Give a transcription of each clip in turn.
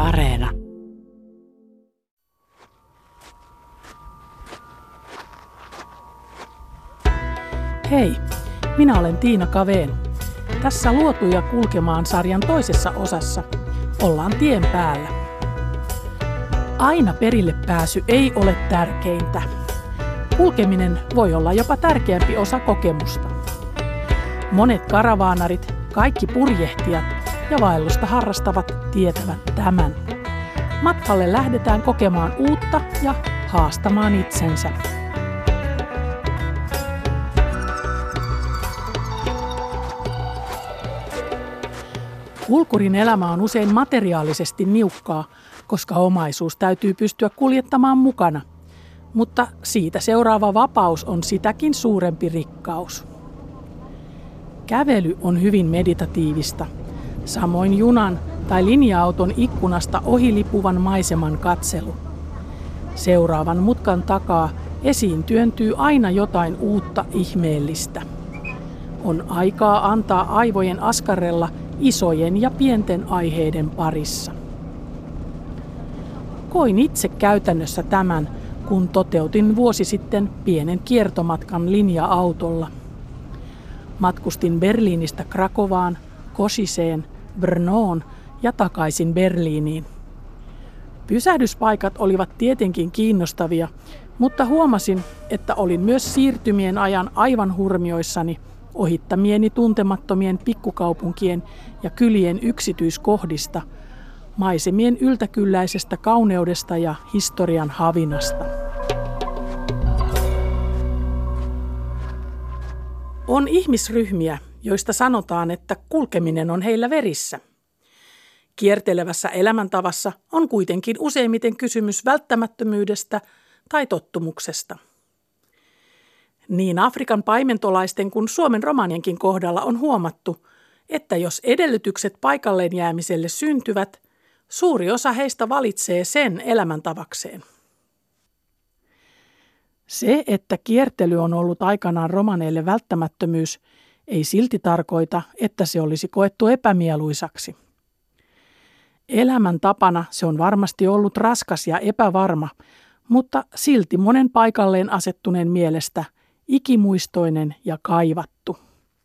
Areena. Hei, minä olen Tiina Kaveen. Tässä Luotuja kulkemaan -sarjan toisessa osassa ollaan tien päällä. Aina perille pääsy ei ole tärkeintä. Kulkeminen voi olla jopa tärkeämpi osa kokemusta. Monet karavaanarit, kaikki purjehtijat ja vaellusta harrastavat tietävät tämän. Matkalle lähdetään kokemaan uutta ja haastamaan itsensä. Kulkurin elämä on usein materiaalisesti niukkaa, koska omaisuus täytyy pystyä kuljettamaan mukana. Mutta siitä seuraava vapaus on sitäkin suurempi rikkaus. Kävely on hyvin meditatiivista. Samoin junan tai linja-auton ikkunasta ohilipuvan maiseman katselu. Seuraavan mutkan takaa esiin työntyy aina jotain uutta ihmeellistä. On aikaa antaa aivojen askarrella isojen ja pienten aiheiden parissa. Koin itse käytännössä tämän, kun toteutin vuosi sitten pienen kiertomatkan linja-autolla. Matkustin Berliinistä Krakovaan, Kosiseen, Brnoon ja takaisin Berliiniin. Pysähdyspaikat olivat tietenkin kiinnostavia, mutta huomasin, että olin myös siirtymien ajan aivan hurmioissani ohittamieni tuntemattomien pikkukaupunkien ja kylien yksityiskohdista, maisemien yltäkylläisestä kauneudesta ja historian havinasta. On ihmisryhmiä, joista sanotaan, että kulkeminen on heillä verissä. Kiertelevässä elämäntavassa on kuitenkin useimmiten kysymys välttämättömyydestä tai tottumuksesta. Niin Afrikan paimentolaisten kuin Suomen romanienkin kohdalla on huomattu, että jos edellytykset paikalleen jäämiselle syntyvät, suuri osa heistä valitsee sen elämäntavakseen. Se, että kiertely on ollut aikanaan romaneille välttämättömyys, ei silti tarkoita, että se olisi koettu epämieluisaksi. Elämäntapana se on varmasti ollut raskas ja epävarma, mutta silti monen paikalleen asettuneen mielestä ikimuistoinen ja kaivattu.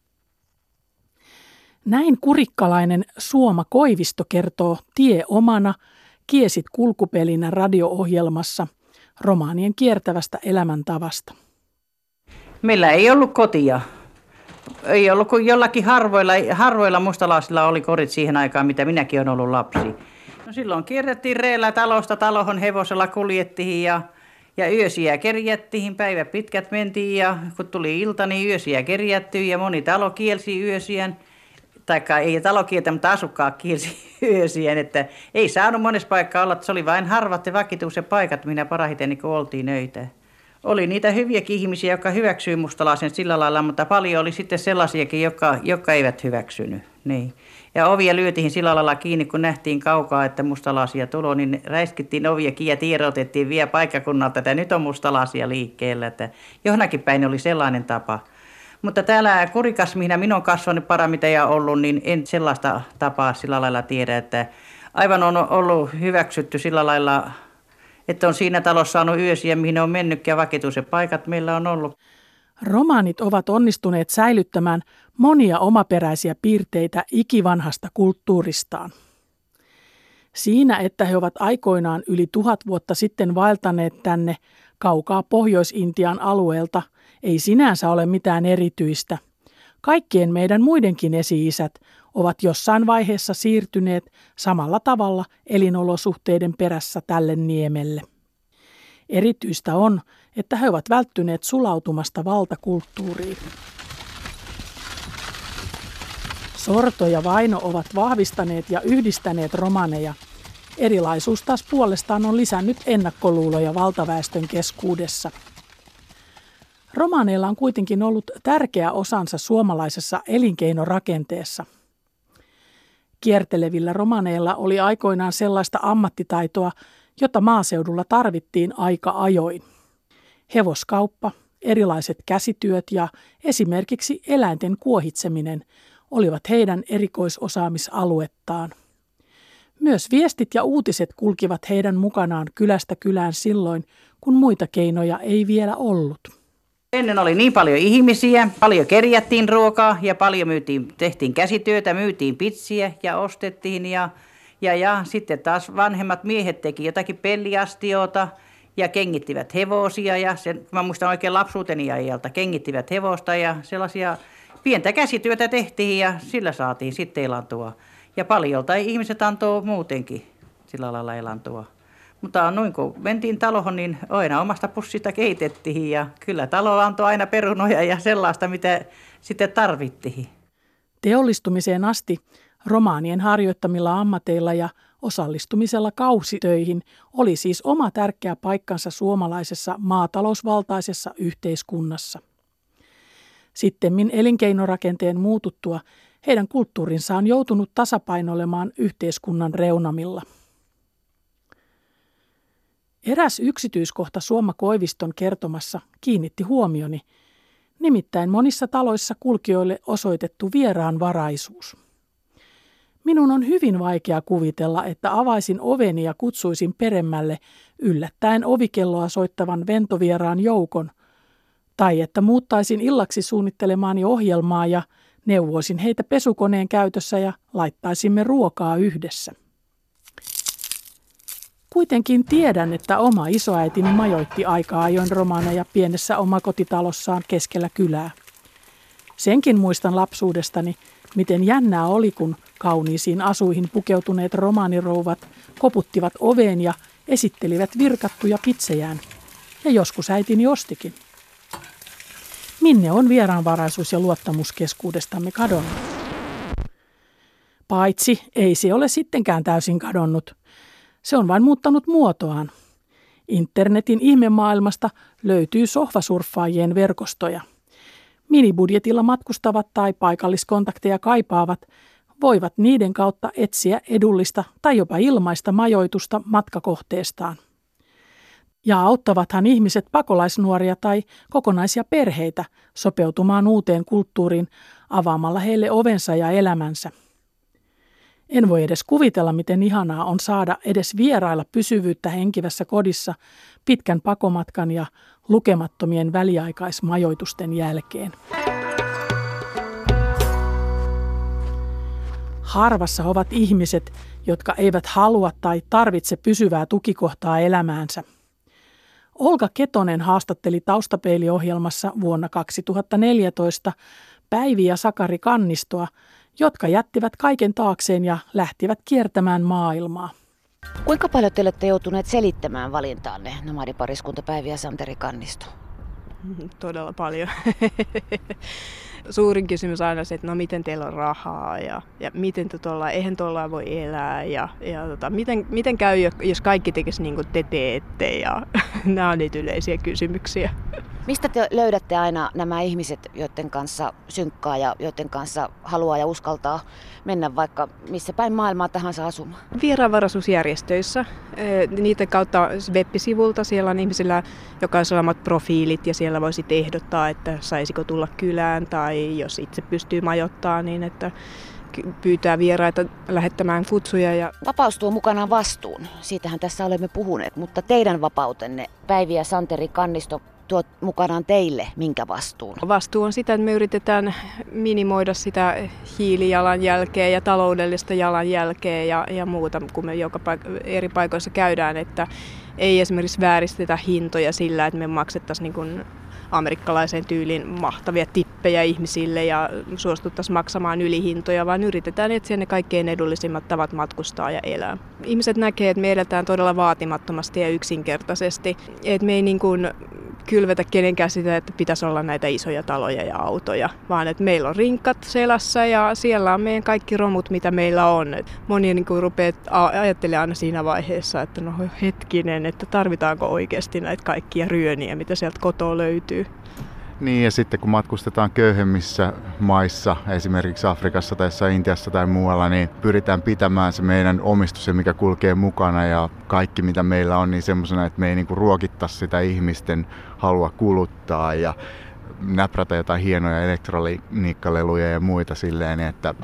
Näin kurikkalainen Suoma Koivisto kertoo Tie omana, kiesit kulkupelinä radio-ohjelmassa romaanien kiertävästä elämäntavasta. Meillä ei ollut kotia. Ei ollut kuin jollakin harvoilla mustalaisilla oli korit siihen aikaan, mitä minäkin olen ollut lapsi. No silloin kierrettiin reellä talosta taloon, hevosella kuljettiin ja yösiä kerjättiin, päivä pitkät mentiin ja kun tuli ilta, niin yösiä kerjättiin ja moni talo kielsi yösiän. Taikka ei talo kieltä, mutta asukkaat kielsi yösiän, että ei saanut monessa paikkaa olla, että se oli vain harvat ja vakituiset paikat, minä parhaiten niin oltiin öitä. Oli niitä hyviäkin ihmisiä, jotka hyväksyi mustalaisen sillä lailla, mutta paljon oli sitten sellaisiakin, jotka eivät hyväksynyt. Niin. Ja ovia lyötiin sillä lailla kiinni, kun nähtiin kaukaa, että mustalaisia tulo, niin räiskittiin oviakin ja tiedotettiin vielä paikkakunnalta, että nyt on mustalaisia liikkeellä. Että johonkin päin oli sellainen tapa. Mutta täällä Kurikas, mihin minä olen kasvanut parhaiten ja ollut, niin en sellaista tapaa sillä lailla tiedä, että aivan on ollut hyväksytty sillä lailla, että on siinä talossa saanut yösiä, mihin on mennyt ja vakituiset paikat meillä on ollut. Romaanit ovat onnistuneet säilyttämään monia omaperäisiä piirteitä ikivanhasta kulttuuristaan. Siinä, että he ovat aikoinaan yli 1000 vuotta sitten vaeltaneet tänne kaukaa Pohjois-Intian alueelta, ei sinänsä ole mitään erityistä. Kaikkien meidän muidenkin esi-isät ovat jossain vaiheessa siirtyneet samalla tavalla elinolosuhteiden perässä tälle niemelle. Erityistä on, että he ovat välttyneet sulautumasta valtakulttuuriin. Sorto ja vaino ovat vahvistaneet ja yhdistäneet romaneja. Erilaisuus taas puolestaan on lisännyt ennakkoluuloja valtaväestön keskuudessa. Romaaneilla on kuitenkin ollut tärkeä osansa suomalaisessa elinkeinorakenteessa. Kiertelevillä romaneilla oli aikoinaan sellaista ammattitaitoa, jota maaseudulla tarvittiin aika ajoin. Hevoskauppa, erilaiset käsityöt ja esimerkiksi eläinten kuohitseminen olivat heidän erikoisosaamisaluettaan. Myös viestit ja uutiset kulkivat heidän mukanaan kylästä kylään silloin, kun muita keinoja ei vielä ollut. Ennen oli niin paljon ihmisiä, paljon kerjättiin ruokaa ja paljon tehtiin käsityötä, myytiin pitsiä ja ostettiin. Ja sitten taas vanhemmat miehet teki jotakin pelliastioita ja kengittivät hevosia. Ja mä muistan oikein lapsuuteni ajalta, kengittivät hevosta ja sellaisia pientä käsityötä tehtiin ja sillä saatiin sitten elantoa. Ja paljolta ihmiset antoi muutenkin sillä lailla elantoa. Mutta noin kun mentiin taloon, niin aina omasta pussista keitettiin ja kyllä talo antoi aina perunoja ja sellaista, mitä sitten tarvittiin. Teollistumiseen asti romaanien harjoittamilla ammateilla ja osallistumisella kausitöihin oli siis oma tärkeä paikkansa suomalaisessa maatalousvaltaisessa yhteiskunnassa. Sittemmin elinkeinorakenteen muututtua heidän kulttuurinsa on joutunut tasapainoilemaan yhteiskunnan reunamilla. Eräs yksityiskohta Suoma Koiviston kertomassa kiinnitti huomioni, nimittäin monissa taloissa kulkijoille osoitettu vieraanvaraisuus. Minun on hyvin vaikea kuvitella, että avaisin oveni ja kutsuisin peremmälle yllättäen ovikelloa soittavan ventovieraan joukon, tai että muuttaisin illaksi suunnittelemaani ohjelmaa ja neuvoisin heitä pesukoneen käytössä ja laittaisimme ruokaa yhdessä. Kuitenkin tiedän, että oma isoäitini majoitti aika ajoin romaaneja pienessä omakotitalossaan keskellä kylää. Senkin muistan lapsuudestani, miten jännää oli, kun kauniisiin asuihin pukeutuneet romaanirouvat koputtivat oveen ja esittelivät virkattuja pitsejään. Ja joskus äitini ostikin. Minne on vieraanvaraisuus ja luottamus keskuudestamme kadonnut? Paitsi ei se ole sittenkään täysin kadonnut. Se on vain muuttanut muotoaan. Internetin ihmemaailmasta löytyy sohvasurffaajien verkostoja. Minibudjetilla matkustavat tai paikalliskontakteja kaipaavat voivat niiden kautta etsiä edullista tai jopa ilmaista majoitusta matkakohteestaan. Ja auttavathan ihmiset pakolaisnuoria tai kokonaisia perheitä sopeutumaan uuteen kulttuuriin avaamalla heille ovensa ja elämänsä. En voi edes kuvitella, miten ihanaa on saada edes vierailla pysyvyyttä henkivässä kodissa pitkän pakomatkan ja lukemattomien väliaikaismajoitusten jälkeen. Harvassa ovat ihmiset, jotka eivät halua tai tarvitse pysyvää tukikohtaa elämäänsä. Olga Ketonen haastatteli Taustapeili-ohjelmassa vuonna 2014 Päivi ja Sakari Kannistoa, jotka jättivät kaiken taakseen ja lähtivät kiertämään maailmaa. Kuinka paljon te olette joutuneet selittämään valintaanne, nomadipariskunta Päivi ja Santeri Kannisto? Todella paljon. Suurin kysymys aina se, että no miten teillä on rahaa ja miten te eihän tuolla voi elää ja miten käy, jos kaikki tekisi niin kuin te teette ja nämä on niitä yleisiä kysymyksiä. Mistä te löydätte aina nämä ihmiset, joiden kanssa synkkaa ja joiden kanssa haluaa ja uskaltaa mennä vaikka missä päin maailmaa tahansa asumaan? Vieraanvaraisuusjärjestöissä. Niiden kautta web-sivulta siellä on ihmisillä jokaisella omat profiilit ja siellä voi sitten ehdottaa, että saisiko tulla kylään tai jos itse pystyy majoittamaan niin, että pyytää vieraita lähettämään kutsuja. Vapaus tuo mukanaan vastuun. Siitähän tässä olemme puhuneet, mutta teidän vapautenne, Päivi ja Santeri Kannisto, tuo mukanaan teille minkä vastuun? Vastuu on sitä, että me yritetään minimoida sitä hiilijalanjälkeä ja taloudellista jalanjälkeä ja muuta, kun me eri paikoissa käydään, että ei esimerkiksi vääristetä hintoja sillä, että me maksettaisiin niin kuin amerikkalaisen tyylin mahtavia tippejä ihmisille ja suostuttaisiin maksamaan ylihintoja, vaan yritetään etsiä ne kaikkein edullisimmat tavat matkustaa ja elää. Ihmiset näkee, että me eletään todella vaatimattomasti ja yksinkertaisesti, että me ei niin kuin kylvetä kenenkään sitä, että pitäisi olla näitä isoja taloja ja autoja, vaan että meillä on rinkat selässä ja siellä on meidän kaikki romut, mitä meillä on. Moni niin kuin rupeaa ajattelemaan aina siinä vaiheessa, että no hetkinen, että tarvitaanko oikeasti näitä kaikkia ryöniä, mitä sieltä kotoa löytyy. Niin ja sitten kun matkustetaan köyhemmissä maissa, esimerkiksi Afrikassa tai Intiassa tai muualla, niin pyritään pitämään se meidän omistus, mikä kulkee mukana ja kaikki mitä meillä on, niin semmoisena, että me ei niinku ruokittaisi sitä ihmisten halua kuluttaa ja näprätä jotain hienoja elektroniikkaleluja ja muita silleen, että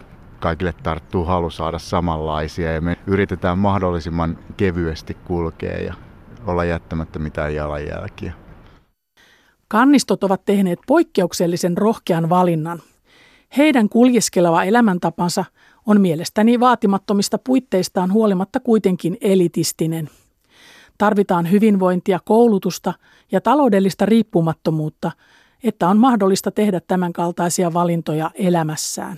kaikille tarttuu halu saada samanlaisia ja me yritetään mahdollisimman kevyesti kulkea ja olla jättämättä mitään jalanjälkiä. Kannistot ovat tehneet poikkeuksellisen rohkean valinnan. Heidän kuljeskeleva elämäntapansa on mielestäni vaatimattomista puitteistaan huolimatta kuitenkin elitistinen. Tarvitaan hyvinvointia, koulutusta ja taloudellista riippumattomuutta, että on mahdollista tehdä tämän kaltaisia valintoja elämässään.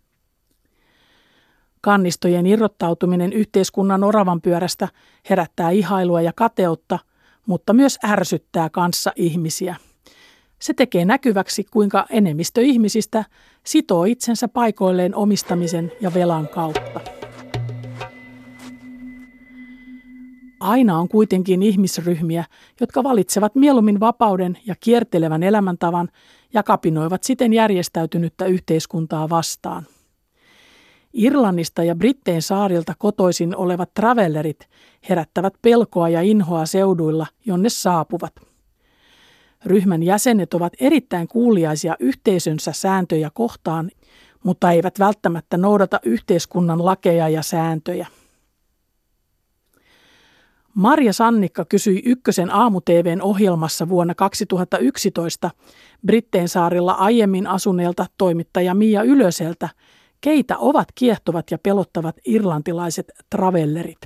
Kannistojen irrottautuminen yhteiskunnan oravanpyörästä herättää ihailua ja kateutta, mutta myös ärsyttää kanssaihmisiä. Se tekee näkyväksi, kuinka enemmistö ihmisistä sitoo itsensä paikoilleen omistamisen ja velan kautta. Aina on kuitenkin ihmisryhmiä, jotka valitsevat mieluummin vapauden ja kiertelevän elämäntavan ja kapinoivat siten järjestäytynyttä yhteiskuntaa vastaan. Irlannista ja Brittein saarilta kotoisin olevat travellerit herättävät pelkoa ja inhoa seuduilla, jonne saapuvat. Ryhmän jäsenet ovat erittäin kuuliaisia yhteisönsä sääntöjä kohtaan, mutta eivät välttämättä noudata yhteiskunnan lakeja ja sääntöjä. Marja Sannikka kysyi Ykkösen aamu-tv:n ohjelmassa vuonna 2011 Brittein saarilla aiemmin asuneelta toimittaja Mia Ylöseltä, keitä ovat kiehtovat ja pelottavat irlantilaiset travellerit.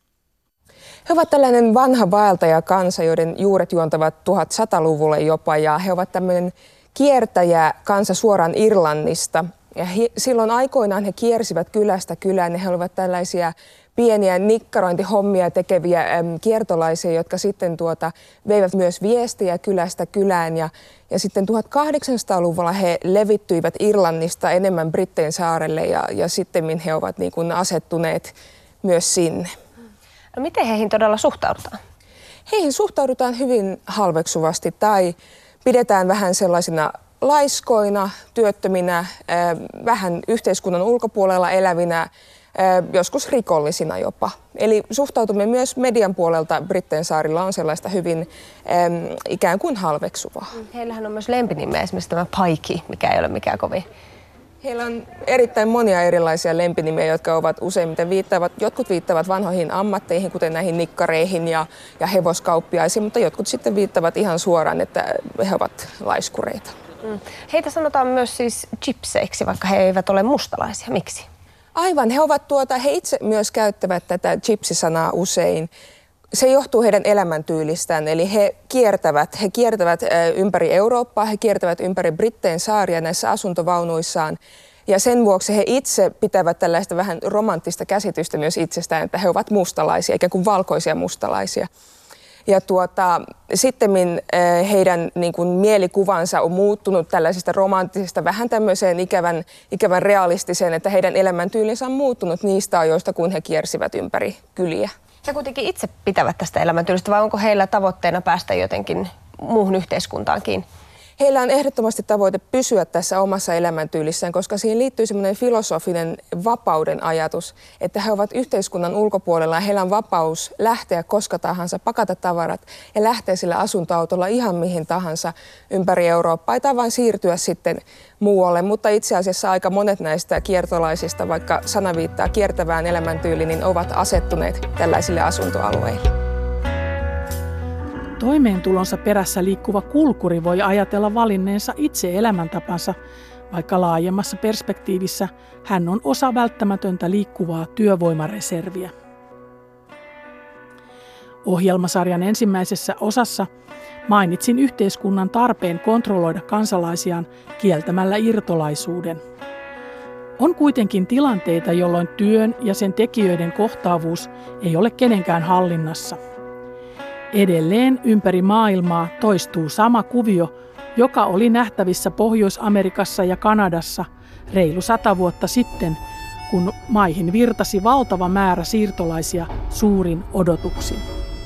He ovat tällainen vanha vaeltajakansa, joiden juuret juontavat 1100-luvulle jopa, ja he ovat tämmöinen kiertäjäkansa suoraan Irlannista. Ja silloin aikoinaan he kiersivät kylästä kylään, ja he olivat tällaisia pieniä nikkarointihommia tekeviä kiertolaisia, jotka sitten veivät myös viestiä kylästä kylään. Ja sitten 1800-luvulla he levittyivät Irlannista enemmän Brittein saarelle, ja sitten he ovat niin kuin asettuneet myös sinne. No miten heihin todella suhtaudutaan? Heihin suhtaudutaan hyvin halveksuvasti tai pidetään vähän sellaisina laiskoina, työttöminä, vähän yhteiskunnan ulkopuolella elävinä, joskus rikollisina jopa. Eli suhtautuminen myös median puolelta Brittein saarilla on sellaista hyvin ikään kuin halveksuvaa. Heillähän on myös lempinimi, esimerkiksi tämä Paiki, mikä ei ole mikään kovin. Heillä on erittäin monia erilaisia lempinimiä, jotka ovat useimmiten jotkut viittavat vanhoihin ammatteihin, kuten näihin nikkareihin ja hevoskauppiaisiin, mutta jotkut sitten viittavat ihan suoraan, että he ovat laiskureita. Heitä sanotaan myös siis gypseiksi, vaikka he eivät ole mustalaisia. Miksi? Aivan, he itse myös käyttävät tätä gypsy-sanaa usein. Se johtuu heidän elämäntyylistään, eli he kiertävät ympäri Eurooppaa, he kiertävät ympäri Brittein saaria näissä asuntovaunuissaan. Ja sen vuoksi he itse pitävät tällaista vähän romanttista käsitystä myös itsestään, että he ovat mustalaisia, ikään kuin valkoisia mustalaisia. Ja sittemmin heidän niin kuin mielikuvansa on muuttunut tällaisesta romanttisesta vähän tämmöiseen ikävän realistiseen, että heidän elämäntyylinsä on muuttunut niistä ajoista, kun he kiersivät ympäri kyliä. He kuitenkin itse pitävät tästä elämäntyylistä, vai onko heillä tavoitteena päästä jotenkin muuhun yhteiskuntaankin? Heillä on ehdottomasti tavoite pysyä tässä omassa elämäntyylissään, koska siihen liittyy semmoinen filosofinen vapauden ajatus, että he ovat yhteiskunnan ulkopuolella ja heillä on vapaus lähteä koska tahansa, pakata tavarat ja lähteä sillä asuntoautolla ihan mihin tahansa ympäri Eurooppaa tai vain siirtyä sitten muualle. Mutta itse asiassa aika monet näistä kiertolaisista, vaikka sana viittaa kiertävään elämäntyyliin, niin ovat asettuneet tällaisille asuntoalueille. Toimeentulonsa perässä liikkuva kulkuri voi ajatella valinneensa itse elämäntapansa, vaikka laajemmassa perspektiivissä hän on osa välttämätöntä liikkuvaa työvoimareserviä. Ohjelmasarjan ensimmäisessä osassa mainitsin yhteiskunnan tarpeen kontrolloida kansalaisiaan kieltämällä irtolaisuuden. On kuitenkin tilanteita, jolloin työn ja sen tekijöiden kohtaavuus ei ole kenenkään hallinnassa. Edelleen ympäri maailmaa toistuu sama kuvio, joka oli nähtävissä Pohjois-Amerikassa ja Kanadassa reilu 100 vuotta sitten, kun maihin virtasi valtava määrä siirtolaisia suurin odotuksin.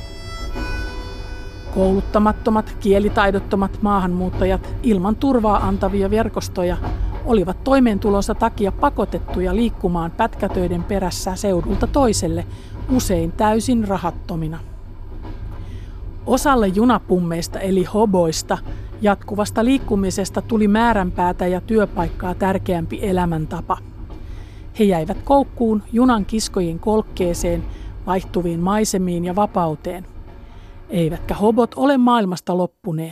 Kouluttamattomat, kielitaidottomat maahanmuuttajat ilman turvaa antavia verkostoja olivat toimeentulonsa takia pakotettuja liikkumaan pätkätöiden perässä seudulta toiselle, usein täysin rahattomina. Osalle junapummeista eli hoboista jatkuvasta liikkumisesta tuli määränpäätä ja työpaikkaa tärkeämpi elämäntapa. He jäivät koukkuun junan kiskojen kolkkeeseen, vaihtuviin maisemiin ja vapauteen. Eivätkä hobot ole maailmasta loppuneet.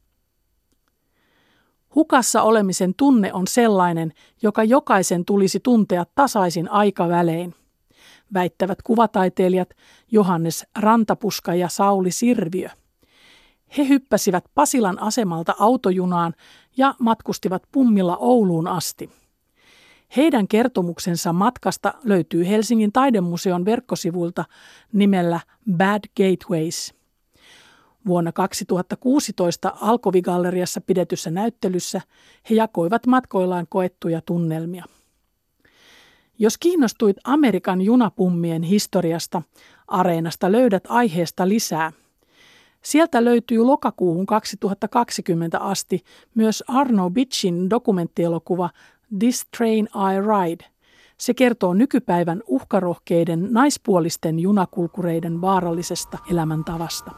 Hukassa olemisen tunne on sellainen, joka jokaisen tulisi tuntea tasaisin aikavälein, väittävät kuvataiteilijat Johannes Rantapuska ja Sauli Sirviö. He hyppäsivät Pasilan asemalta autojunaan ja matkustivat pummilla Ouluun asti. Heidän kertomuksensa matkasta löytyy Helsingin taidemuseon verkkosivuilta nimellä Bad Gateways. Vuonna 2016 Alkovi-galleriassa pidetyssä näyttelyssä he jakoivat matkoillaan koettuja tunnelmia. Jos kiinnostuit Amerikan junapummien historiasta, Areenasta löydät aiheesta lisää. Sieltä löytyy lokakuuhun 2020 asti myös Arno Bitchin dokumenttielokuva This Train I Ride. Se kertoo nykypäivän uhkarohkeiden naispuolisten junakulkureiden vaarallisesta elämäntavasta.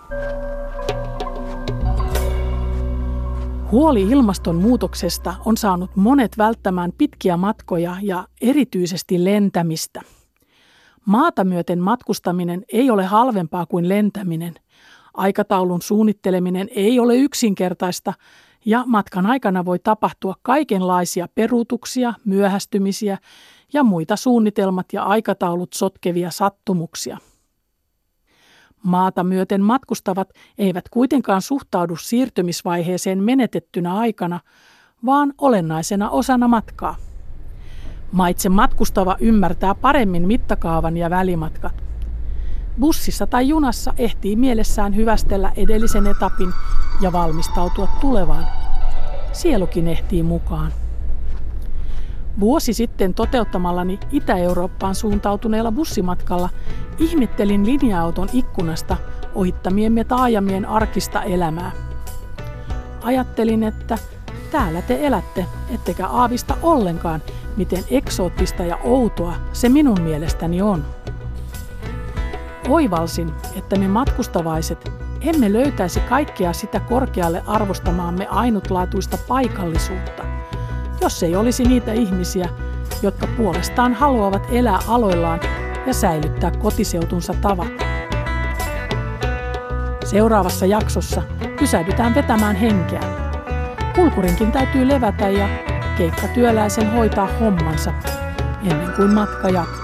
Huoli ilmastonmuutoksesta on saanut monet välttämään pitkiä matkoja ja erityisesti lentämistä. Maata myöten matkustaminen ei ole halvempaa kuin lentäminen. Aikataulun suunnitteleminen ei ole yksinkertaista ja matkan aikana voi tapahtua kaikenlaisia peruutuksia, myöhästymisiä ja muita suunnitelmat ja aikataulut sotkevia sattumuksia. Maata myöten matkustavat eivät kuitenkaan suhtaudu siirtymisvaiheeseen menetettynä aikana, vaan olennaisena osana matkaa. Maitse matkustava ymmärtää paremmin mittakaavan ja välimatkat. Bussissa tai junassa ehtii mielessään hyvästellä edellisen etapin ja valmistautua tulevaan. Sielukin ehtii mukaan. Vuosi sitten toteuttamallani Itä-Eurooppaan suuntautuneella bussimatkalla ihmettelin linja-auton ikkunasta ohittamiemme taajamien arkista elämää. Ajattelin, että täällä te elätte, ettekä aavista ollenkaan, miten eksoottista ja outoa se minun mielestäni on. Oivalsin, että me matkustavaiset emme löytäisi kaikkea sitä korkealle arvostamaamme ainutlaatuista paikallisuutta, jos ei olisi niitä ihmisiä, jotka puolestaan haluavat elää aloillaan ja säilyttää kotiseutunsa tavat. Seuraavassa jaksossa pysähdytään vetämään henkeä. Kulkurinkin täytyy levätä ja keikkatyöläisen hoitaa hommansa ennen kuin matka jatkuu.